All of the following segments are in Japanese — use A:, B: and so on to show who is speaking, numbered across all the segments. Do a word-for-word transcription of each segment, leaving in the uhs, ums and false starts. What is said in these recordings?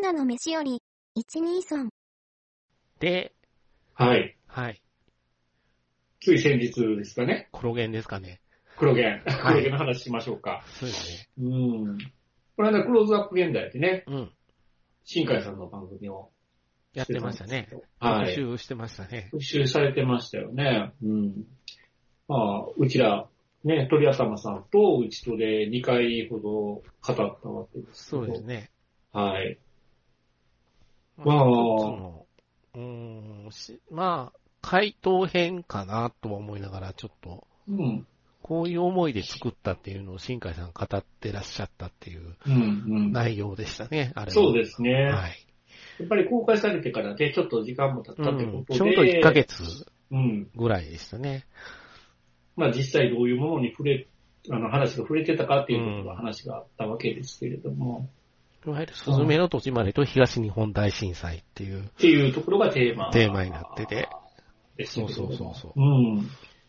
A: 朝の飯より、いちにーさん。
B: で、
C: はい。
B: はい。
C: つい先日ですかね。
B: 黒源ですかね。
C: 黒源。
B: はい
C: 黒源の話しましょうか。
B: そうですね。
C: うん。この間、クローズアップ現代でね、
B: うん。
C: 新海さんの番組を
B: やってましたね。
C: はい。
B: 復習してましたね。
C: 復習されてましたよね。うん。まあ、うちら、ね、鳥頭さんとうちとでにかいほど語ったわけですけど。
B: そうですね。
C: はい。
B: まあ、一つの、うーん、まあ、回答編かなとは思いながら、ちょっと、
C: うん。
B: こういう思いで作ったっていうのを新海さん語ってらっしゃったっていう内容でしたね、うんうん、あれは。
C: そうですね。
B: はい。
C: やっぱり公開されてからね、ちょっと時間も経ったってことで、うん、
B: ちょうどいっかげつぐらいでしたね。
C: うん、まあ実際どういうものに触れ、あの話が触れてたかっていうところの話があったわけですけれども。
B: いわゆるすずめの戸締まりと東日本大震災っていう。
C: っていうところがテーマ。
B: テーマになってて。
C: そう
B: そうそうそう。
C: うん。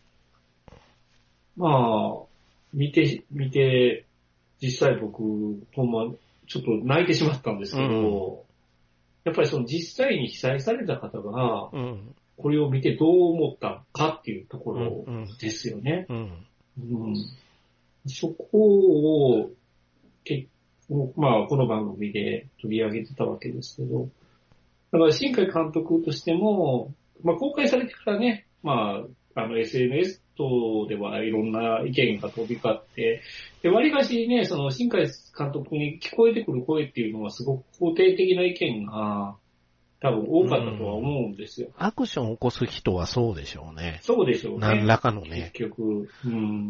C: まあ、見て、見て、実際僕、ほんま、ちょっと泣いてしまったんですけど、うん、やっぱりその実際に被災された方が、これを見てどう思ったかっていうところですよね。うんうんうん、そこを、結構、まあ、この番組で取り上げてたわけですけど、だから新海監督としても、まあ、公開されてからね、まあ、あの エスエヌエス 等ではいろんな意見が飛び交って、で、割かしね、その新海監督に聞こえてくる声っていうのはすごく肯定的な意見が多分多かったとは思うんですよ。
B: アクションを起こす人はそうでしょうね。
C: そうでしょうね。
B: 何らかのね。
C: 結局。うん。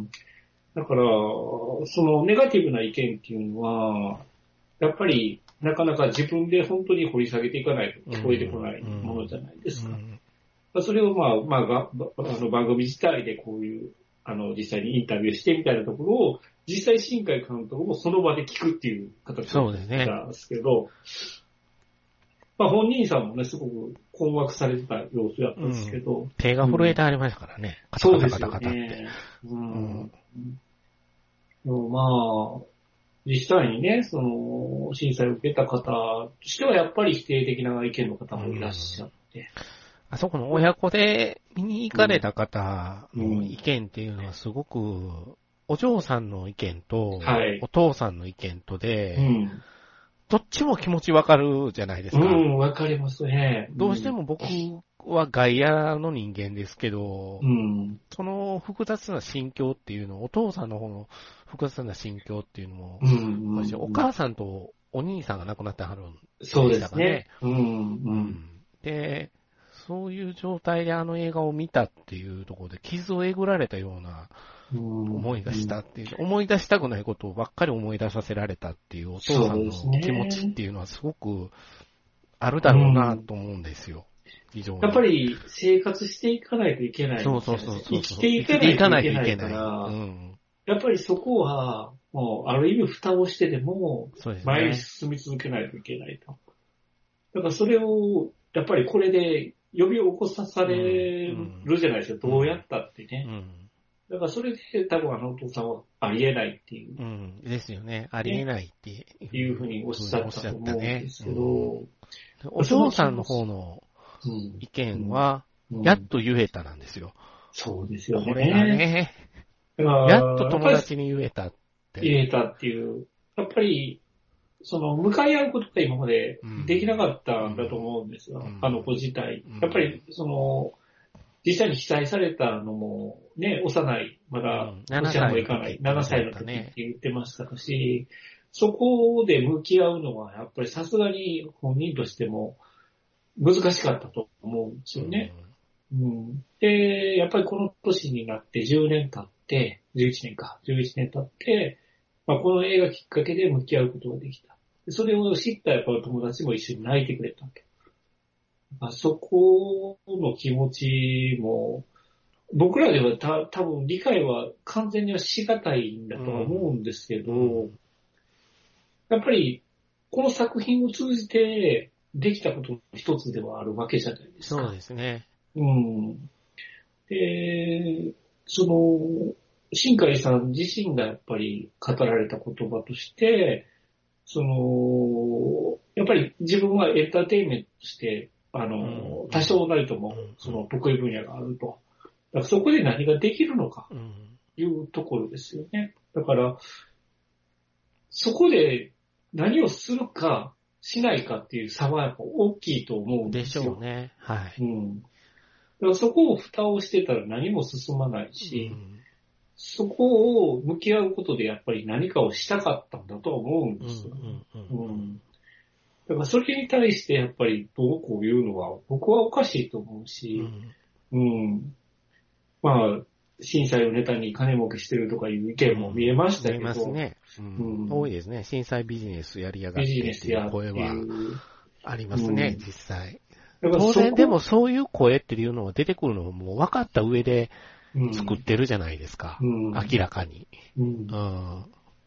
C: だから、そのネガティブな意見っていうのは、やっぱりなかなか自分で本当に掘り下げていかないと聞こえてこないものじゃないですか。うんうんうん、それをまあ、まあ、あの番組自体でこういう、あの、実際にインタビューしてみたいなところを、実際新海監督もその場で聞くっていう形だったんですけど、まあ本人さんもね、すごく困惑されてた様子だったんですけど。うん、
B: 手が震えてありましたからね。
C: うん、そうですよね。うん。うん、まあ、実際にね、その、震災を受けた方としてはやっぱり否定的な意見の方もいらっしゃって。うん、
B: あそこの親子で見に行かれた方の意見っていうのはすごく、お嬢さんの意見と、お父さんの意見とで、はい、うん、どっちも気持ちわかるじゃないですか。
C: うん、わかりますね。
B: どうしても僕は外野の人間ですけど、うん、その複雑な心境っていうのを、お父さんの方の複雑な心境っていうのも、うんうん、お母さんとお兄さんが亡くなってはるんでしたかね。
C: そうですね。うんうん、
B: で、そういう状態であの映画を見たっていうところで傷をえぐられたような思いがしたっていう、うん、思い出したくないことばっかり思い出させられたっていうお父さんの気持ちっていうのはすごくあるだろうなと思うんですよ。非常に。
C: やっぱり生活していかないといけない。
B: そうそうそうそう。
C: 生きていかないといけないから、うん、やっぱりそこは、もうある意味蓋をしてでも、前に進み続けないといけないと。だからそれを、やっぱりこれで呼び起こさされるじゃないですか。うん、どうやったってね。うん、だからそれで多分あのお父さんはありえないっていう。
B: うん、ですよね。ありえないって
C: いうふうにおっしゃったと思うんですけど。うん、
B: お父さんの方の意見は、やっと言えたなんですよ。
C: そうですよね。
B: これがね、やっと友達に言えたって。
C: 言えたっていう。やっぱり、その、向かい合うことが今までできなかったんだと思うんですよ。うん、あの子自体。やっぱり、その、実際に被災されたのも、ね、幼い、まだ、ロシアも行かない、ななさいの時って言ってましたし、そこで向き合うのは、やっぱりさすがに本人としても難しかったと思うんですよね。うんうん、で、やっぱりこの年になってじゅうねん経って、じゅういちねんか、じゅういちねん経って、まあ、この映画きっかけで向き合うことができた。それを知ったやっぱり友達も一緒に泣いてくれたわけ。あそこの気持ちも、僕らではた多分理解は完全にはしがたいんだとは思うんですけど、うん、やっぱりこの作品を通じてできたことの一つではあるわけじゃないですか。
B: そうですね。
C: うん。で、その、新海さん自身がやっぱり語られた言葉として、 その、やっぱり自分はエンターテインメントとして、あの、多少なりとも、その得意分野があると。だからそこで何ができるのか、というところですよね。だから、そこで何をするか、しないかっていう差はやっぱ大きいと思うんですよ。
B: でしょうね。はい。
C: うん。だからそこを蓋をしてたら何も進まないし、うん、そこを向き合うことでやっぱり何かをしたかったんだと思うんですよ。だからそれに対してやっぱりどうこう言うのは僕はおかしいと思うし、うん。うん、まあ、震災をネタに金儲けしてるとかいう意見も見えましたけど。見えますね。
B: うんうん、多いですね。震災ビジネスやりやがってっていう声はありますね、うん、実際。当然でもそういう声っていうのは出てくるのも分かった上で作ってるじゃないですか。うん、明らかに。うんうん、
C: ま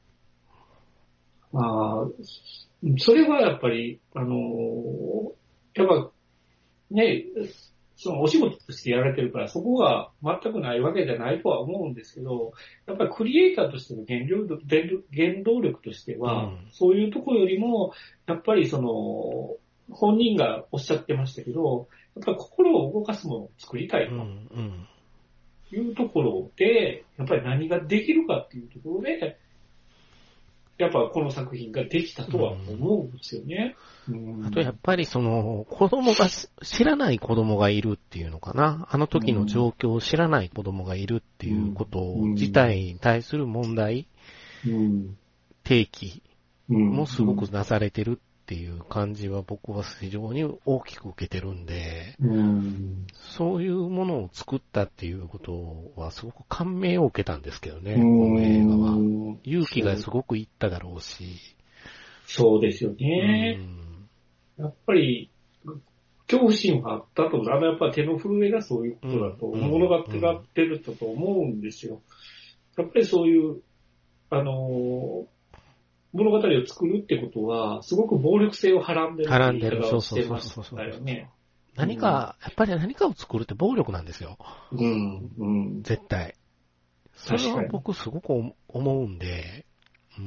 C: あ、それはやっぱり、あのー、やっぱね、そのお仕事としてやられてるから、そこが全くないわけじゃないとは思うんですけど、やっぱりクリエイターとしての原動原動力としては、うん、そういうところよりも、やっぱりその、本人がおっしゃってましたけど、やっぱり心を動かすものを作りたいというところで、やっぱり何ができるかっていうところで、やっぱこの作品ができたとは思うんですよね。
B: うんうん、あとやっぱりその子供が知らない子供がいるっていうのかな。あの時の状況を知らない子供がいるっていうこと自体に対する問題、うん、提起もすごくなされてるっていう感じは僕は非常に大きく受けてるんで、うん、そういうものを作ったっていうことはすごく感銘を受けたんですけどね、この映画は。勇気がすごくいっただろうし。
C: そうですよね。うん、やっぱり、恐怖心があったと、あのやっぱ手の震えがそういうことだと、うん、物語ってると思うんですよ。やっぱりそういう、あのー、物語を作るってことは、すごく暴力性をはらんでるって言い方をしてましたよね。
B: 何か、やっぱり何かを作るって暴力なんですよ。うん、うん。絶対。それは僕すごく思うんで。
C: うん、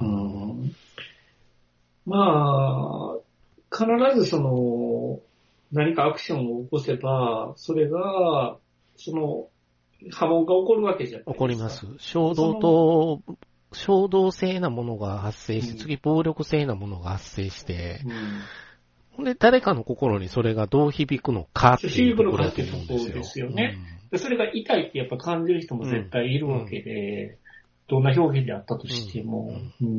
C: まあ、必ずその、何かアクションを起こせば、それが、その、波紋が起こるわけじゃないですか。
B: 起こります。衝動と、衝動性なものが発生して、うん、次暴力性なものが発生して、うん、ほんで誰かの心にそれがどう響くのかっていうところだと思うんですよ。
C: そうですよね、うん。それが痛いってやっぱ感じる人も絶対いるわけで、うん、どんな表現であったとしても、うんうん、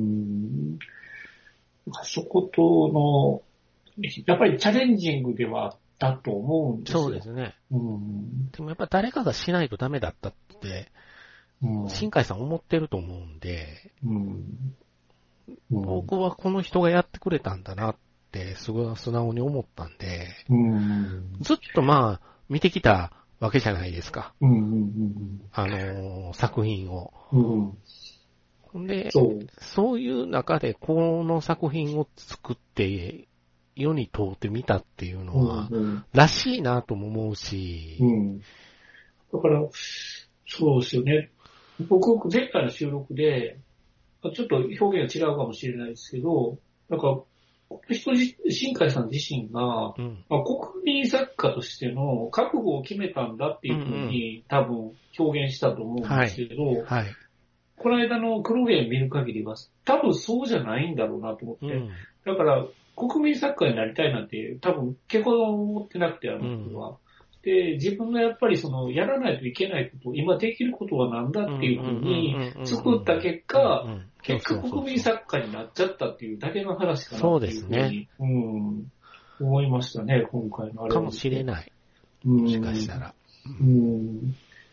C: そことの、やっぱりチャレンジングではあったと思うんですよ。
B: そうですね。うん、でもやっぱ誰かがしないとダメだったって、うん、新海さん思ってると思うんで、うんうん、僕はこの人がやってくれたんだなってすごい素直に思ったんで、うん、ずっとまあ見てきたわけじゃないですか。うんうんうん、あのー、作品を。うん、でそう、そういう中でこの作品を作って世に問うてみたっていうのは、うんうん、らしいなとも思うし、うん、
C: だからそうですよね。僕、前回の収録で、ちょっと表現が違うかもしれないですけど、なんか、この人自、新海さん自身が、うん、まあ、国民作家としての覚悟を決めたんだっていうふうに、うんうん、多分表現したと思うんですけど、はいはい、この間の黒源見る限りは、多分そうじゃないんだろうなと思って、うん、だから、国民作家になりたいなんて、多分結構思ってなくて、あの人は。うんで、自分がやっぱりその、やらないといけないこと、今できることは何だっていうふうに作った結果、結果国民作家になっちゃったっていうだけの話かなっていうふうに、ね、うん、思いましたね、今回のあれは。
B: かもしれない。もしかしたら。うん、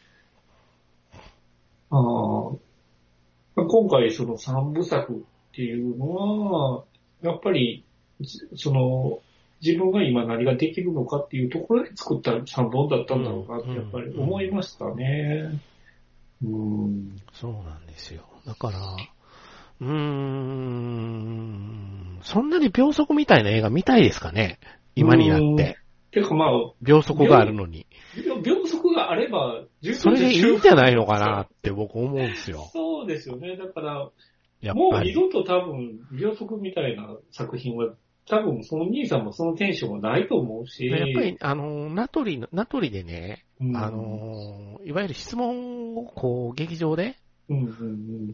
C: あ今回その三部作っていうのは、やっぱり、その、自分が今何ができるのかっていうところで作った三本だったんだろうなってやっぱり思いましたね。
B: うんうんうん、そうなんですよ。だから、うーん、そんなに秒速みたいな映画見たいですかね今になって。
C: てかまあ、
B: 秒速があるのに。
C: 秒速があれば
B: 十分それでいいんじゃないのかなって僕思うんですよ。
C: そうですよね。だから、
B: やっぱり。
C: もう二度と多分、秒速みたいな作品は、多分その兄さんもそのテンションもないと思うし。
B: やっぱり、あの、ナトリ、ナトリでね、
C: うん、
B: あの、いわゆる質問をこう、劇場で、
C: うんうんうん、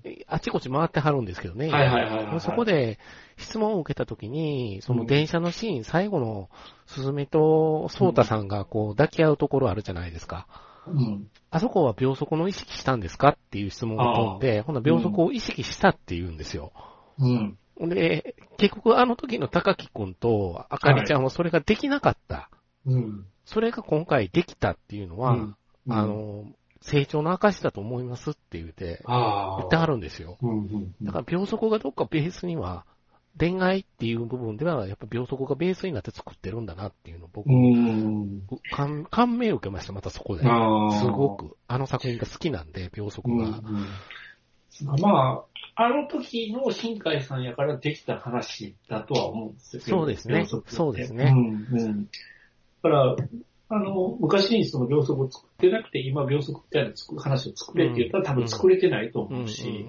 B: あちこち回ってはるんですけどね。
C: はいはいはいはい、はい。
B: そこで質問を受けたときに、その電車のシーン、うん、最後のすずめとソータさんがこう抱き合うところあるじゃないですか。うん、あそこは秒速の意識したんですかっていう質問が飛んで、ほんな秒速を意識したって言うんですよ。うん。で、結局あの時の高木くんとあかりちゃんはそれができなかった。はい、うん。それが今回できたっていうのは、うんうん、あの、成長の証だと思いますって言って、言ってはるんですよ。うんうんうん、だから秒速がどっかベースには、恋愛っていう部分では、やっぱ秒速がベースになって作ってるんだなっていうのを僕、うん感、感銘を受けました、またそこで。すごく。あの作品が好きなんで、秒速が。うん
C: うん、まあ、あの時の新海さんやからできた話だとは思うんですよ。
B: そうですね。そうですね。
C: うんうん、だから、あの、昔にその秒速を作ってなくて、今秒速みたいな話を作れって言ったら多分作れてないと思うし、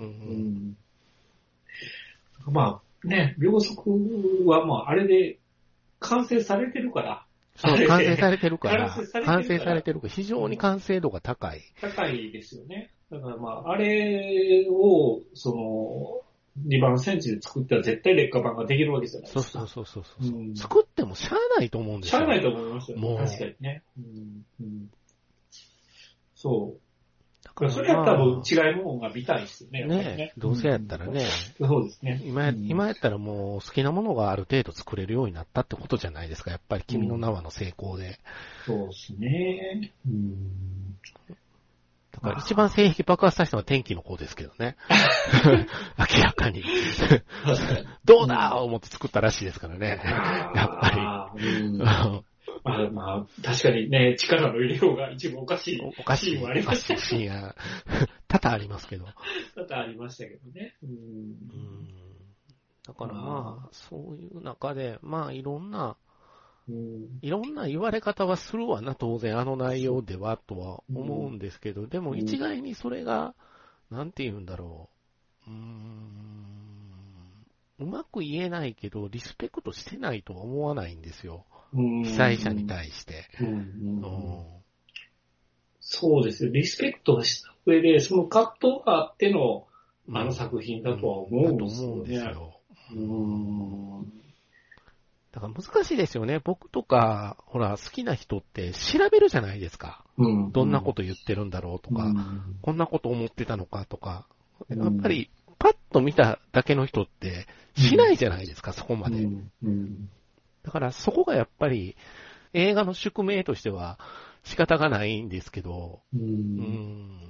C: まあね、秒速はまああれで完成されてるから、
B: そう、完成されてるから、完成されてるから、非常に完成度が高い。
C: 高いですよね。だからまあ、あれを、その、にばんセンチで作ったら絶対劣化版ができるわけじゃないですか。
B: そうそうそうそう、うん。作ってもしゃあないと思うんですよ。
C: しゃあないと思いますよね。もう確かにね。うんうん、そう。だからそれは多分違いものが見たいですよね。
B: ね, ねどうせやったらね。
C: うん、そうですね。
B: 今や、今やったらもう好きなものがある程度作れるようになったってことじゃないですか。やっぱり君の名はの成功で。
C: うん、そうですね。うん
B: だから一番性癖爆発させたのは天気の子ですけどね。明らかに。どうだ思って作ったらしいですからね。やっぱり。うん
C: まあ、まあ、確かにね、力の入れようが一部おかしい
B: おかしい
C: シーンもありました
B: おかしいシーンが多々ありますけど。
C: 多々ありましたけどね。うんうん
B: だからまあ、そういう中で、まあいろんな、うん、いろんな言われ方はするわな、当然あの内容ではとは思うんですけど、でも一概にそれが、なんて言うんだろう、うーん、うまく言えないけど、リスペクトしてないとは思わないんですよ。被災者に対して。うんうん、
C: そうですよ。リスペクトした上で、その葛藤があっての、あの作品だとは思うんですよね。うん、だと思うんですよ。うん
B: だから難しいですよね。僕とか、ほら、好きな人って調べるじゃないですか。うん、どんなこと言ってるんだろうとか、うん、こんなこと思ってたのかとか。やっぱり、パッと見ただけの人ってしないじゃないですか、うん、そこまで、うんうん。だからそこがやっぱり映画の宿命としては仕方がないんですけど、うんうん、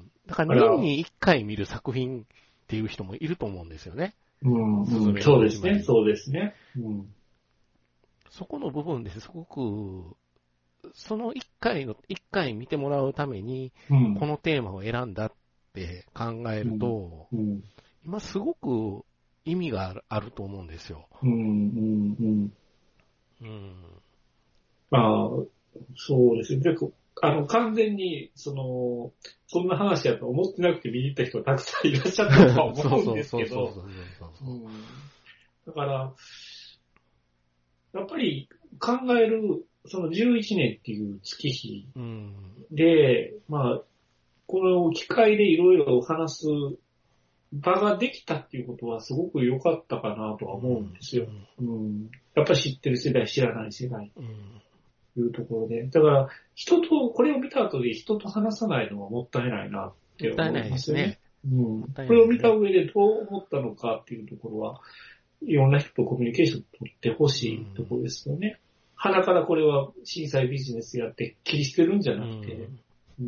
B: だから年に一回見る作品っていう人もいると思うんですよね。
C: うんうん、そうですね、そうですね。うん
B: そこの部分ですごく、その一回の、一回見てもらうために、このテーマを選んだって考えると、うんうん、今すごく意味がある、あると思うんですよ。うんうんうん
C: うん、まあ、そうですね。あの、完全に、その、そんな話やと思ってなくて見に行った人がたくさんいらっしゃったとは思うんですけど、だから、やっぱり考える、そのじゅういちねんっていう月日で、うん、まあ、この機会でいろいろ話す場ができたっていうことはすごく良かったかなとは思うんですよ。うんうん、やっぱり知ってる世代、知らない世代というところで。だから、人と、これを見た後で人と話さないのはもったいないなって思いますよね。うん、これを見た上でどう思ったのかっていうところは、いろんな人とコミュニケーションを取ってほしいところですよね。鼻からこれは震災ビジネスやって切り捨てるんじゃなくて、うん、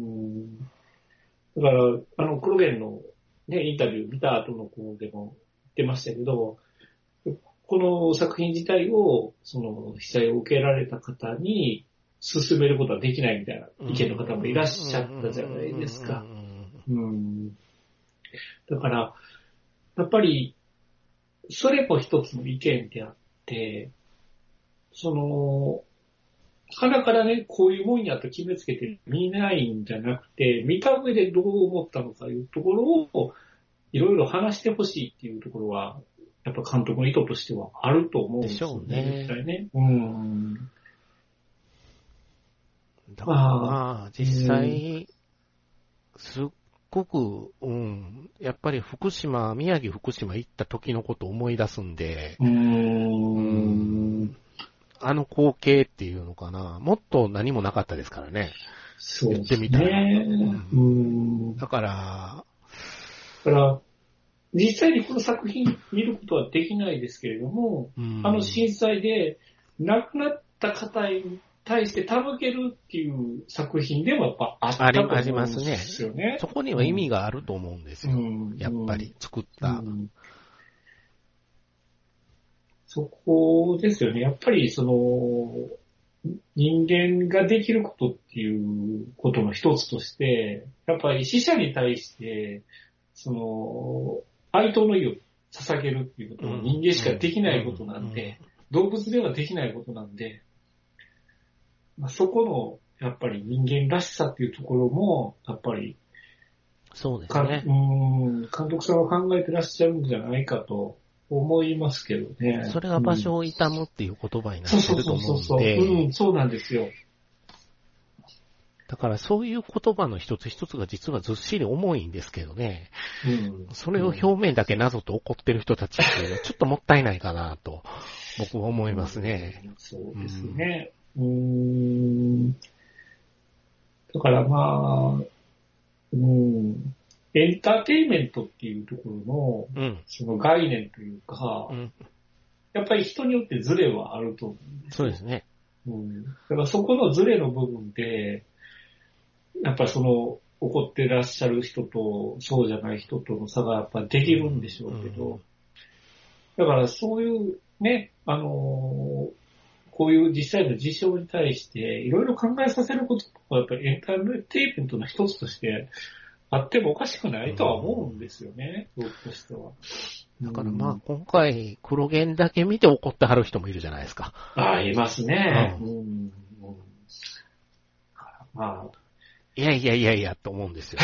C: だから、あの、黒源のね、インタビュー見た後の子でも言ってましたけど、この作品自体を、その被災を受けられた方に進めることはできないみたいな意見の方もいらっしゃったじゃないですか。うん、だから、やっぱり、それも一つの意見であって、その、鼻からね、こういうもんやと決めつけて見ないんじゃなくて、見た上でどう思ったのかいうところを、 いろいろ話してほしいっていうところは、やっぱ監督の意図としてはあると思うんですよね。
B: でしょうね。
C: 絶対ね。うん。
B: だからまあ、実際、すっごく、うん、やっぱり福島、宮城福島行った時のことを思い出すんで、
C: うーん、うん、
B: あの光景っていうのかな、もっと何もなかったですからね。
C: そうですね。
B: 言ってみたら。
C: うん、
B: だから、
C: だから実際にこの作品見ることはできないですけれども、うん、あの震災で亡くなった方に対して手向けるっていう作品でもやっぱあったと思うんですよね。ありますね。
B: そこには意味があると思うんですよ。うん、やっぱり作った、うんうん。
C: そこですよね。やっぱりその人間ができることっていうことの一つとして、やっぱり死者に対してその哀悼の意を捧げるっていうことは人間しかできないことなんで、動物ではできないことなんで、まあ、そこのやっぱり人間らしさっていうところも、やっぱり、
B: そうですね。
C: うん、監督さんは考えてらっしゃるんじゃないかと思いますけどね。
B: それが場所を悼むっていう言葉になってると思うんで、そうそうそうそう、
C: うん、そうなんですよ。
B: だからそういう言葉の一つ一つが実はずっしり重いんですけどね。うん、それを表面だけ謎と怒ってる人たちっていうのはちょっともったいないかなと僕は思いますね。
C: うん、そうですね。うーん、だからまあ、うん、エンターテインメントっていうところの、うん、その概念というか、うん、やっぱり人によってズレはあると思うんですよ。
B: そうですね。
C: うん、だからそこのズレの部分で、やっぱりその怒ってらっしゃる人とそうじゃない人との差がやっぱできるんでしょうけど、うんうん、だからそういうね、あのー、こういう実際の事象に対していろいろ考えさせることもやっぱりエンターテインメントの一つとしてあってもおかしくないとは思うんですよね、僕、うん、としては。
B: だからまあ今回黒源だけ見て怒ってはる人もいるじゃないですか。
C: ああ、いますね。うんうん、まあ
B: いやいやいやいやと思うんですよ。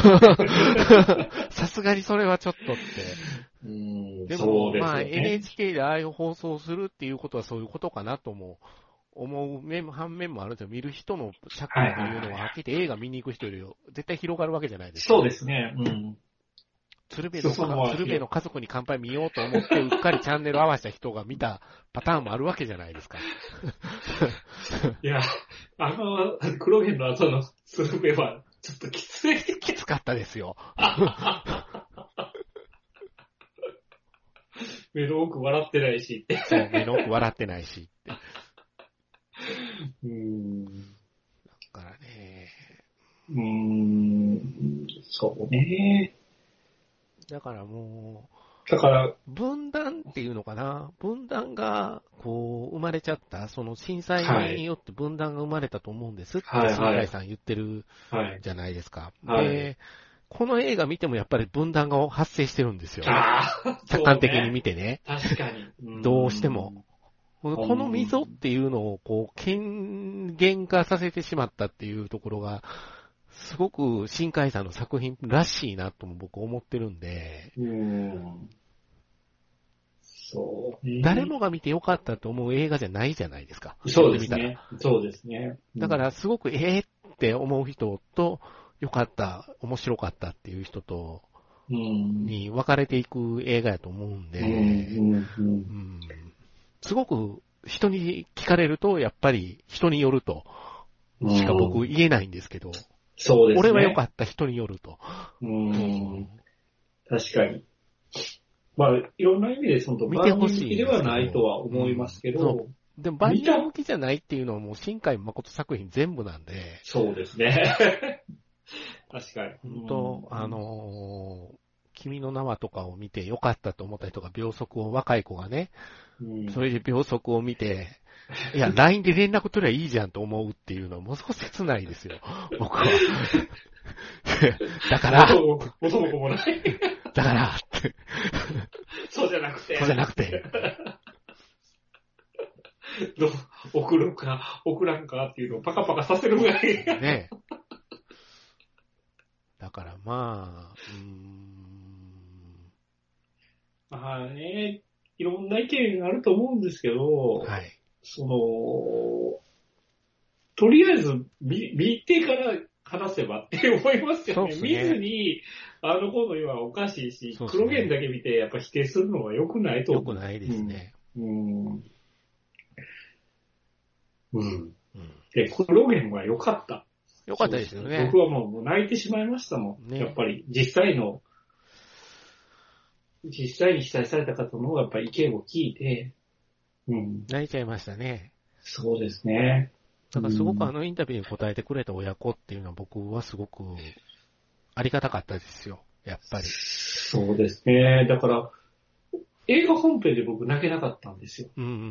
B: さすがにそれはちょっとって。
C: うん
B: でも、ね、まあ エヌエイチケー でああいう放送するっていうことはそういうことかなとも思う面も反面もあるんですよ。見る人の尺というのは、はっきり映画見に行く人より絶対広がるわけじゃないですか。
C: そうですね。うん。
B: 鶴瓶の、鶴瓶の家族に乾杯見ようと思って、うっかりチャンネル合わせた人が見たパターンもあるわけじゃないですか。
C: いや、あの、黒源の後の鶴瓶は、ちょっときつい。
B: きつかったですよ。
C: 目の奥笑ってないしって。
B: そう、目の奥笑ってないしって。
C: うーん。だ
B: からね。
C: うーん、そうね。
B: だからもう、
C: だから、
B: 分断っていうのかな、分断が、こう、生まれちゃった、その震災によって分断が生まれたと思うんですって、はい、新海さん言ってるじゃないですか。はい、で、この映画見てもやっぱり分断が発生してるんですよ。客観的に見てね。
C: 確かに。
B: どうしても。この溝っていうのを、こう、権限化させてしまったっていうところが、すごく新海さんの作品らしいなとも僕思ってるんで、
C: うーんそうね、
B: 誰もが見てよかったと思う映画じゃないじゃないですか。
C: そうですね。そうですね。
B: うん、だからすごくえーって思う人と、よかった、面白かったっていう人と、に分かれていく映画やと思うんで、うんうんうん、すごく人に聞かれると、やっぱり人によるとしか僕言えないんですけど、うん、
C: そうですね。
B: 俺は良かった人によると。
C: うん、確かに。まあ、いろんな意味で、その、万人向きではないとは思いますけど、
B: うん、でも万人向きじゃないっていうのはもう新海誠作品全部なんで。
C: そうですね。確かに。
B: 本当、あのー、君の名はとかを見て良かったと思った人が秒速を、若い子がね、うん、それで秒速を見て、いや、ライン で連絡取りゃいいじゃんと思うっていうのはもう少し切ないですよ、僕は。だから、
C: 元も子もない。
B: だから、って。
C: そうじゃなくて。
B: そうじゃなくて。
C: どう送るか、送らんかっていうのをパカパカさせるぐらい。
B: ね。だからまあ、うーん
C: まあね、いろんな意見があると思うんですけど、
B: はい。
C: その、とりあえず見、見てから話せばって思いますよね。ね見ずに、あの子の今はおかしいし、ね、黒源だけ見てやっぱ否定するのは良くないと思う。
B: 良くないですね。
C: うん。うん。うん、で、黒源は良かった。
B: 良かったですよね。
C: 僕はもう、もう泣いてしまいましたもん。ね、やっぱり、実際の、実際に被災された方のやっぱり意見を聞いて、
B: うん。泣いちゃいましたね。
C: そうですね。
B: だからすごくあのインタビューに答えてくれた親子っていうのは僕はすごくありがたかったですよ。やっぱり。
C: そうですね。だから、映画本編で僕泣けなかったんですよ。
B: うんうんうん。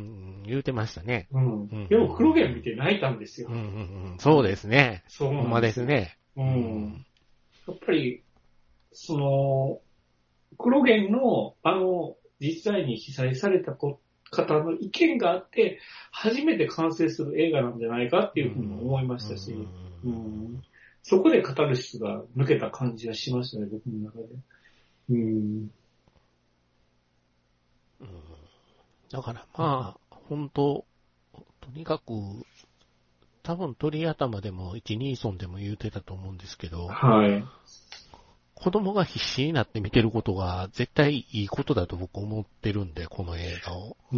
B: 言うてましたね。
C: うん。うん、でも黒源見て泣いたんですよ。
B: うんうんうん。そうですね。
C: そう
B: ほんまですね。
C: うん。やっぱり、その、黒源の、あの、実際に被災された方の意見があって、初めて完成する映画なんじゃないかっていうふうに思いましたし、うん、うん、そこでカタルシスが抜けた感じがしましたね、僕の中で。うん、
B: うん、だからまあ、本当とにかく、多分鳥頭でも一二村でも言うてたと思うんですけど、
C: はい。
B: 子供が必死になって見てることが絶対いいことだと僕思ってるんで、この映画を。
C: うん。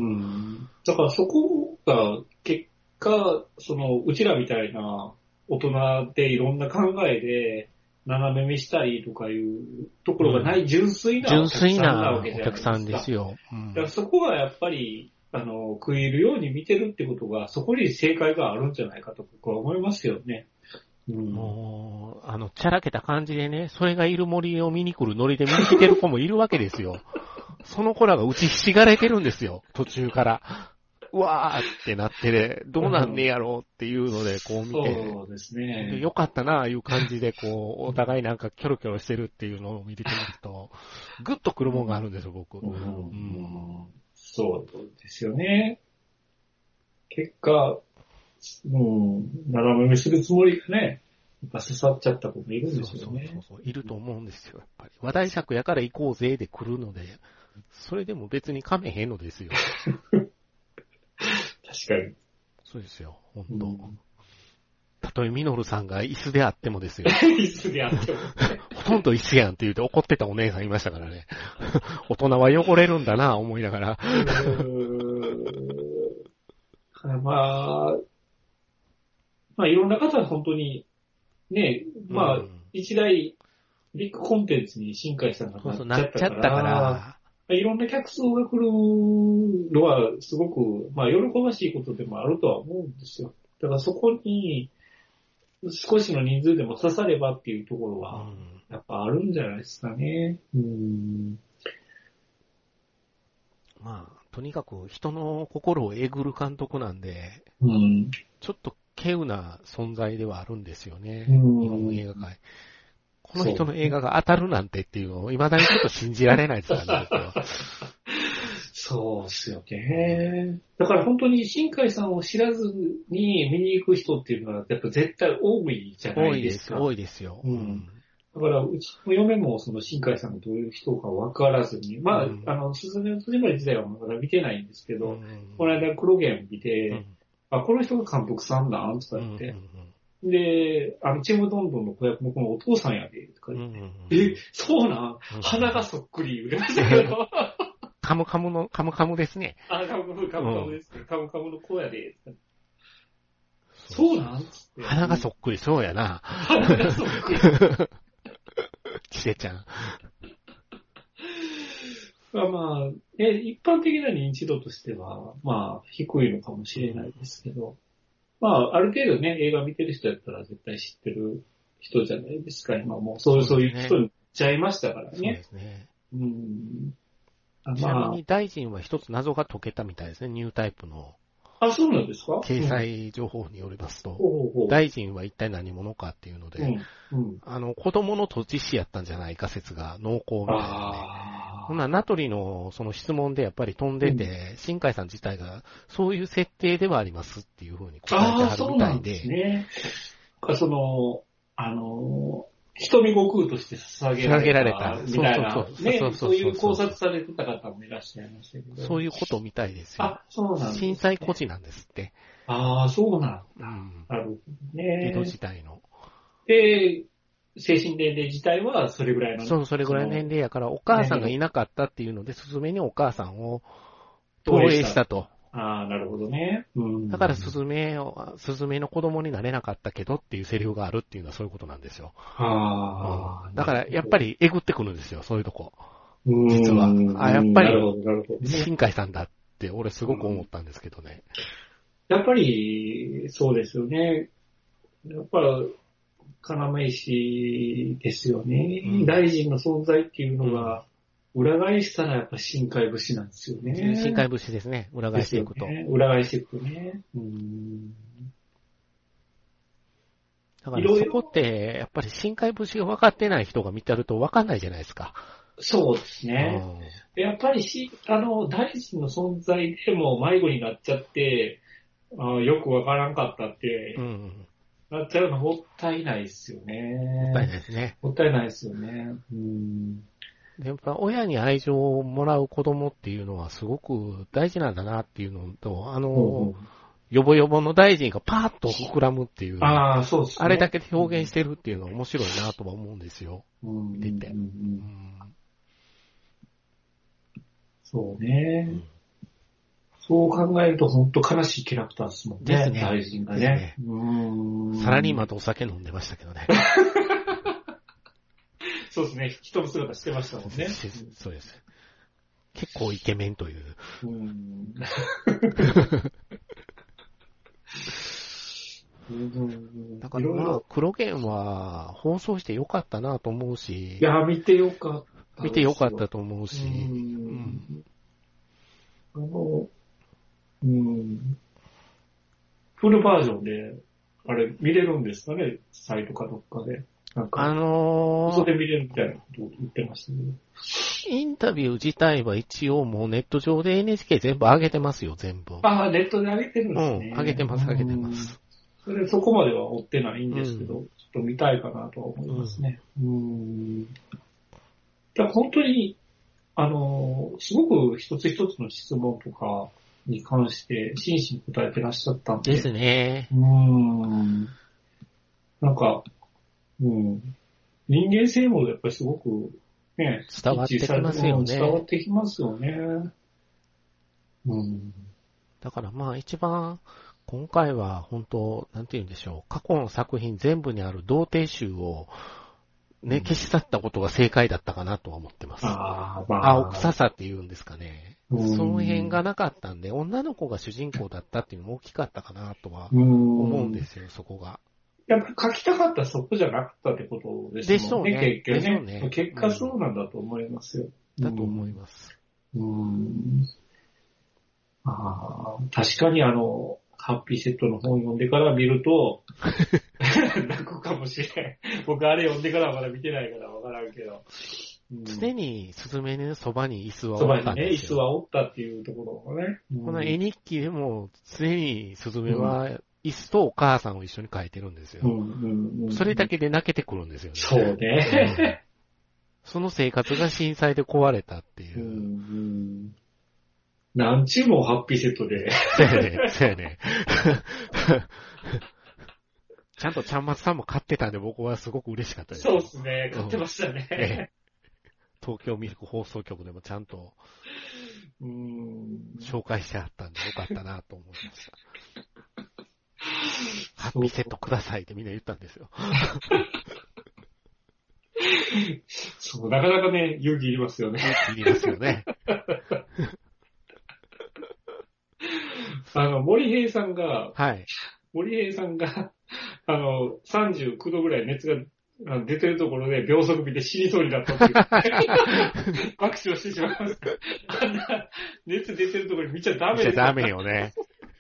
C: だからそこが結果、その、うちらみたいな大人でいろんな考えで斜め見したりとかいうところがない純粋なお客さんなわけじゃないですか。純粋なお客さんですよ。うん、だからそこがやっぱり、あの、食い入るように見てるってことが、そこに正解があるんじゃないかと僕は思いますよね。
B: うん、もう、あの、チャラけた感じでね、それがいる森を見に来るノリで見に来てる子もいるわけですよ。その子らが打ちひしがれてるんですよ、途中から。うわーってなってね、どうなんねやろうっていうので、こう見て、
C: そうですね。
B: よかったなあいう感じで、こう、お互いなんかキョロキョロしてるっていうのを見ててみると、ぐっと来るもんがあるんですよ、僕。うんうん、
C: そうですよね。結果、うん、斜め見するつもりがね、やっぱ刺さっちゃった子もいるんですよね。
B: そうそうそう、いると思うんですよ、やっぱり。話題作やから行こうぜで来るので、それでも別に噛めへんのですよ。
C: 確かに。
B: そうですよ、ほんと。うん、たとえミノルさんが椅子であってもですよ。
C: 椅子であっても。
B: ほとんど椅子やんって言うて怒ってたお姉さんいましたからね。大人は汚れるんだな、思いながら。
C: まあ、まあいろんな方は本当に、ね、まあ、うん、一大ビッグコンテンツに新海さんがなっちゃったから、そうそうなっちゃったからいろんな客層が来るのはすごく、まあ喜ばしいことでもあるとは思うんですよ。だからそこに少しの人数でも刺さればっていうところは、やっぱあるんじゃないですかね。うん、
B: まあ、とにかく人の心をえぐる監督なんで、
C: うん、
B: ちょっと稀有な存在ではあるんですよね。うん、日本映画界。この人の映画が当たるなんてっていうのを未だにちょっと信じられないですからね、僕は。
C: そうですよね。だから本当に新海さんを知らずに見に行く人っていうのはやっぱ絶対多いじゃないですか。
B: 多いです、多いですよ。
C: うん。だからうちの嫁もその新海さんがどういう人か分からずに、まあ、うん、あの、すずめの戸締まり自体はまだ見てないんですけど、うん、この間黒源見て、うん、あ、この人が監督さんだとか言って、うんうんうん、で、あの、チームどんどんの子役もこのお父さんやで、とか言って、うんうんうん、え、そうなん、うん、鼻がそっくり言うてましたけど。
B: カムカムの、カムカムですね。
C: あ、カムカム、カムカムですね。うん、カムカムの子やで。そうなんつって。
B: 鼻がそっくり、そうやな。
C: 鼻がそっくり。
B: ちせちゃん。
C: まあまあ、え、一般的な認知度としては、まあ、低いのかもしれないですけど、まあ、ある程度ね、映画見てる人やったら絶対知ってる人じゃないですか、今もう。そう、そういう人になっちゃいましたからね。そう
B: ですね。
C: うん。
B: ちなみに大臣は一つ謎が解けたみたいですね、ニュータイプの。
C: あ、そうなんですか？
B: 掲載情報によりますと、うん、大臣は一体何者かっていうので、うんうん、あの、子供の土地師やったんじゃないか説が濃厚みたいなね。ほな、名取のその質問でやっぱり飛んでて、うん、新海さん自体がそういう設定ではありますっていうふうに答えてはるみたいで。
C: そうなんですね。その、あの、 瞳悟空として捧げられた。捧げられた。みたいな。
B: そうそうそう。
C: ね、そういう考察されてた方もいらっしゃいましたけど。
B: そういうことみたいですよ。
C: あ、そうなんです、ね。
B: 震災孤児なんですって。
C: ああ、そうなんだ。
B: うん。
C: なるほどね。
B: 江戸時代の。
C: で、精神年齢自体はそれぐらいの。
B: そう、それぐらいの年齢やから、お母さんがいなかったっていうので、スズメにお母さんを投影したと。
C: ああ、なるほどね。うん、
B: だからスズメを、スズメの子供になれなかったけどっていうセリフがあるっていうのはそういうことなんですよ。
C: ああ、
B: うん。だからやっぱりえぐってくるんですよ、そういうとこ。実は。あ、やっぱり、新海さんだって俺すごく思ったんですけどね。
C: やっぱり、そうですよね。やっぱ、要石ですよね。うん、大臣の存在っていうのが、裏返したらやっぱ深海節なんですよね。
B: 深海節ですね。裏返していくと。
C: ね、裏返していくとね。うん、
B: だからそこって、やっぱり深海節が分かってない人が見てると分かんないじゃないですか。
C: そうですね。うん、やっぱりし、あの、大臣の存在でも迷子になっちゃって、あよく分からんかったって、うん、なっちゃうのもったいないですよね。
B: もったいないですね。
C: もったいないですよね。うん
B: やっぱ親に愛情をもらう子供っていうのはすごく大事なんだなっていうのと、あの、うん、ヨボヨボの大臣がパーッと膨らむっていう、
C: ああ、そうですね。
B: あれだけで表現してるっていうのは面白いなとは思うんですよ。
C: うん、
B: 見てて、うんうん。
C: そうね、うん。そう考えると本当悲しいキャラクターですもんね。ですね。大臣がね。ね
B: うんサラリーマンとお酒飲んでましたけどね。
C: そうですね。人の姿してましたもんね。
B: そうです。結構イケメンという。うんだからまあ、黒源は放送してよかったなと思うし。
C: いや、見てよかった。
B: 見てよかったと思うし。うん、
C: あの、うん、フルバージョンで、あれ見れるんですかね、サイトかどっかで。なんか、
B: あのー、
C: そこで見れるみたいなことを言ってましたね。
B: インタビュー自体は一応もうネット上で エヌエイチケー 全部上げてますよ、全部。
C: ああ、ネットで上げてるんですね。
B: うん、上げてます、上げてます。
C: それそこまでは追ってないんですけど、うん、ちょっと見たいかなとは思いますね。うん。だ本当に、あの、すごく一つ一つの質問とかに関して真摯に答えてらっしゃったんで。
B: ですね。
C: うん。なんか、うん。人間性もやっぱりすごく、ね、
B: 伝わってきますよね。
C: 伝わってきますよね。うん。
B: だからまあ一番、今回は本当、なんて言うんでしょう、過去の作品全部にある童貞集を、ね、消し去ったことが正解だったかなとは思ってます。
C: あ、まあ、
B: 青臭さって言うんですかね。その辺がなかったんで、女の子が主人公だったっていうのも大きかったかなとは思うんですよ、そこが。
C: やっぱり書きたかったそこじゃなかったってことですもんね、結局ね。でしょうね。結果そうなんだと思いますよ。
B: だと思います。
C: うーん。ああ、確かにあの、ハッピーセットの本読んでから見ると、泣くかもしれん。僕あれ読んでからはまだ見てないからわからんけど。
B: うん、常にスズメのそばに椅子は
C: おったんですよ。そばにね、椅子はおったっていうところがね。
B: うん、この絵日記でも常にスズメは椅子とお母さんを一緒に描いてるんですよ。うんうんうん、それだけで泣けてくるんですよね。
C: そうね。うん、
B: その生活が震災で壊れたっていう。うん
C: うんなんちゅうもハッピーセットで。
B: そうやね、そうやね。ちゃんとちゃんまつさんも買ってたんで僕はすごく嬉しかったです。
C: そうですね、買ってましたね。うんええ、
B: 東京ミルク放送局でもちゃんとうーん紹介してあったんでよかったなと思いました。ハッピーセットくださいってみんな言ったんですよ。
C: そう、なかなかね、勇気いりますよね。
B: 勇気いりますよね。
C: あの、森平さんが、
B: はい。
C: 森平さんが、あの、さんじゅうきゅうどぐらい熱が出てるところで秒速見て死にそうになったっていう。爆笑してしまいました。あんな熱出てるところに見ちゃダメですよ。
B: 見ちゃダメよね。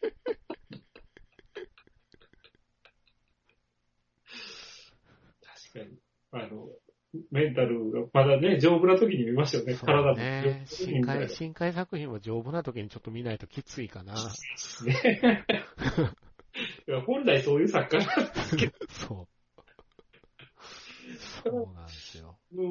C: 確かに。あの、メンタルがまだね、丈夫な時に見ましたよね、体も。
B: ね、深海、深海作品は丈夫な時にちょっと見ないときついかな。
C: ですね。いや本来そういう作家なんですけど。
B: そう。 そうなんですよ。
C: うん、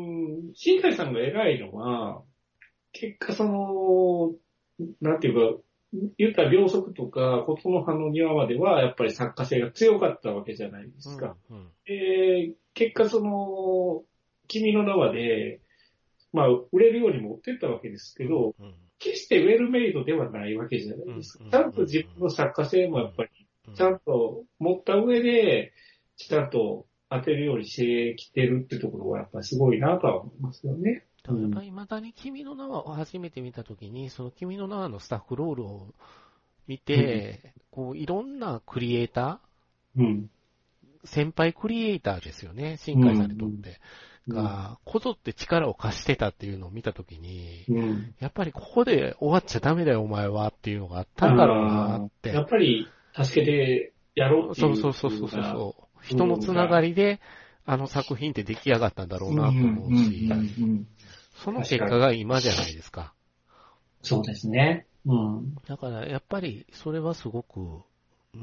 C: 新海さんが偉いのは、結果その、なんていうか、言った秒速とか、ことの葉の庭までは、やっぱり作家性が強かったわけじゃないですか。うんうん、で結果その、君の名はで、まあ、売れるように持ってったわけですけど、うんうん、決してウェルメイドではないわけじゃないですか。ちゃんと自分の作家性もやっぱり、ちゃんと持った上で、ちゃんと当てるようにしてきてるってところはやっぱりすごいなとは思いますよね。
B: やっぱり未だに君の名はを初めて見たときに、その君の名はのスタッフロールを見て、うん、こういろんなクリエイター、うん、先輩クリエイターですよね、新海さんにとって。うん、が、こぞって力を貸してたっていうのを見たときに、うん、やっぱりここで終わっちゃダメだよお前はっていうのがあったんだろうなって。
C: やっぱり助けてやろうっていう。
B: そうそうそうそうそう。人のつながりで、あの作品って出来上がったんだろうなと思うし、うんうんうん、その結果が今じゃないですか。
C: そうですね。うん。
B: だからやっぱりそれはすごく、うん、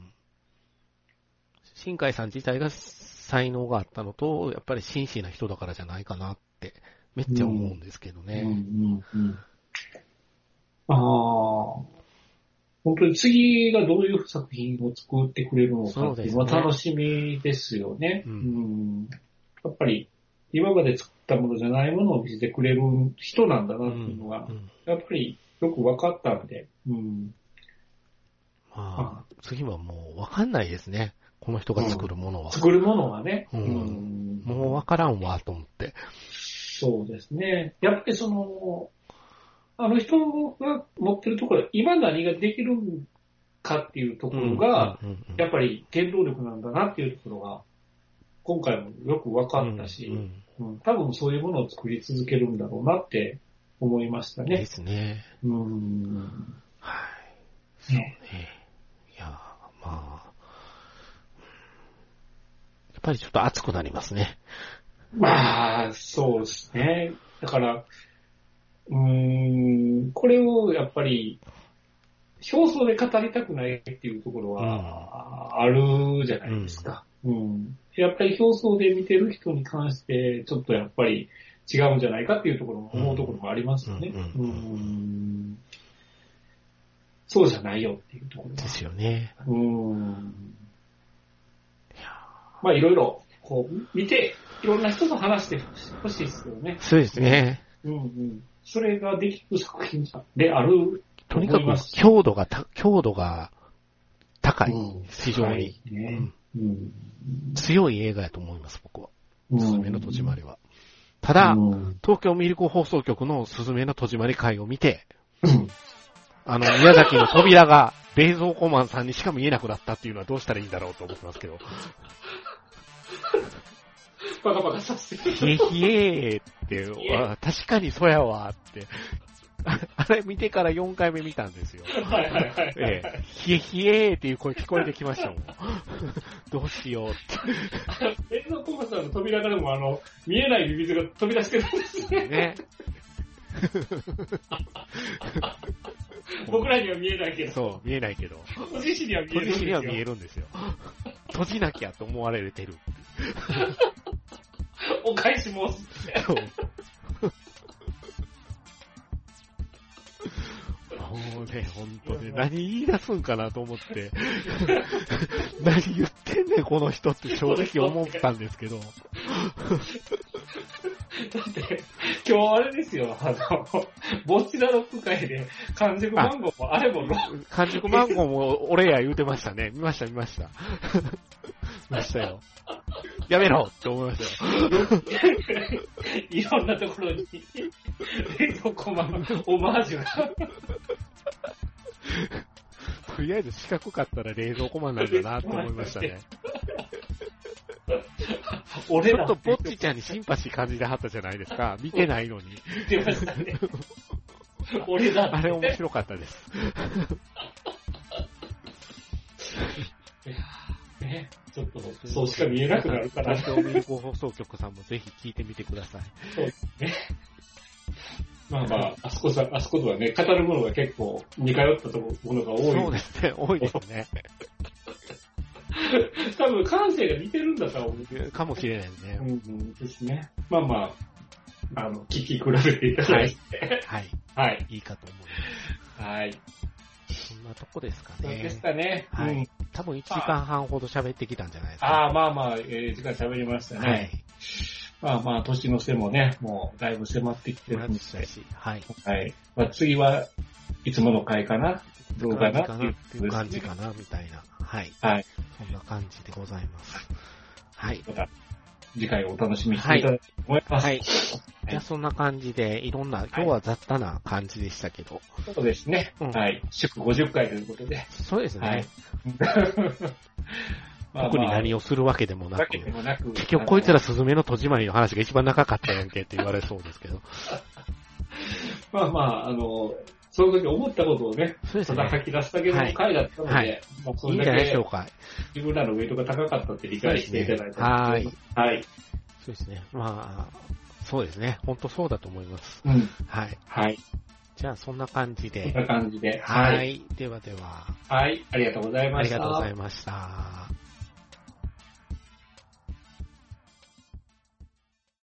B: 新海さん自体が才能があったのと、やっぱり真摯な人だからじゃないかなってめっちゃ思うんですけどね。うんうんうん、
C: ああ。本当に次がどういう作品を作ってくれるのかっていうのは楽しみですよね。うんうん、やっぱり今まで作ったものじゃないものを見せてくれる人なんだなっていうのが、うんうん、やっぱりよく分かったんで。うん、
B: まあ、次はもう分かんないですね。この人が作るものは。
C: うん、作るものはね。
B: うんうん、もう分からんわと思って。
C: そうですね。やっぱりその、あの人が持ってるところ、今何ができるかっていうところが、やっぱり原動力なんだなっていうところが、今回もよく分かったし、うんうん、多分そういうものを作り続けるんだろうなって思いましたね。
B: ですね。
C: うん。
B: はい。そうね。いや、まあ、やっぱりちょっと熱くなりますね。
C: まあ、そうですね。だから、うーん、これをやっぱり、表層で語りたくないっていうところはあるじゃないですか。うんうん、やっぱり表層で見てる人に関して、ちょっとやっぱり違うんじゃないかっていうところも思うところもありますよね。うんうん、そうじゃないよっていうところ
B: ですよね。
C: うん、まあいろいろこう見て、いろんな人と話してほしいですよね。
B: そうですね。
C: うんうん、それができる作品である
B: とにかく強度がた、強度が高い。うん、非常に、ねうん、強い映画やと思います、僕は。すずめの戸締まりは。ただ、うん、東京ミルク放送局のすずめの戸締まり会を見て、うん、あの、宮崎の扉が冷蔵庫マンさんにしか見えなくなったっていうのはどうしたらいいんだろうと思ってますけど。
C: バカバカさせて。
B: ひえひえーって、確かにそやわって。あれ見てからよんかいめ見たんですよ。
C: はいはいはい。
B: ええ、ひえひえーっていう声聞こえてきましたもん。どうしようって。
C: 冷蔵庫さんの扉からもあの、見えない水が飛び出してるんですね。ね。僕らには見えないけど。
B: そう、見えないけど。
C: 閉じ師には見えるんですよ。
B: 閉じ師には見えるんですよ。閉じなきゃと思われてる。
C: お返し申す。そう。
B: もうね、ほんとね、何言い出すんかなと思って、何言ってんねん、この人って正直思ったんですけど。だ
C: って、今日あれですよ、あの、ボッチダロック会で、完熟マンゴーもあれも、
B: 完熟マンゴーも俺や言うてましたね。見ました、見ました。見ましたよ。やめろって思いましたよ。
C: いろんなところに、冷蔵庫マンのオマージュが。
B: とりあえず四角かったら冷蔵庫マンなんだなって思いましたね。俺ちょっとぼっちちゃんにシンパシー感じてはったじゃないですか。見てないのに。
C: 見てましたね。俺だ。
B: あれ面白かったです。
C: ね、ちょっと、そうしか見えなくなるから。
B: 東京ミルク放送局さんもぜひ聞いてみてください。
C: そうですね。まあまあ、あそこさ、あそこではね、語るものが結構似通ったとこものが多い。
B: そうですね、多いですね。
C: 多分感性が似てるんだと思う。
B: かもしれないね。
C: うんうんですね。まあまあ、あの、聞き比べていただいて。
B: はい。
C: はい。
B: いいかと思います。
C: はい。
B: そんなとこですかね。
C: そうですかね。
B: はい。
C: うん、
B: 多分いちじかんはんほど喋ってきたんじゃないですか。
C: ああ、まあまあ、えー、時間喋りましたね。はい。まあまあ、年の瀬もね、もうだいぶ迫ってきてるんで。
B: はい。
C: はい。まあ、次はいつもの回かなどうかな
B: っていう感じかなみたいな。はい。
C: はい。
B: そんな感じでございます。はい。
C: また次回お楽しみにしていただきたいと思います。はい。
B: じゃあそんな感じで、いろんな、今日は雑多な感じでしたけど。
C: そうですね。うん、はい。祝ごじゅっかいということで。
B: そうですね。
C: はい。
B: 特に何をするわけでもなく。
C: わけでもなく
B: 結局こいつらスズメの戸締まりの話が一番長かったやんけって言われそうですけど。
C: まあまあ、あの、その時思ったことをね、そうですね。ただ書き出すだけの回だったので、はい、まあ、それだけいいんじゃないでしょうか。自分らのウェイトが高かったって理解していただいた、ね。はい。はい。
B: そうですね。まあ、そうですね。本当そうだと思います。
C: うん。
B: はい。
C: はい。
B: じゃあ、そんな感じで。
C: そんな感じで。
B: はい。はい、ではでは。
C: はい。ありがとうございました。
B: ありがとうございました。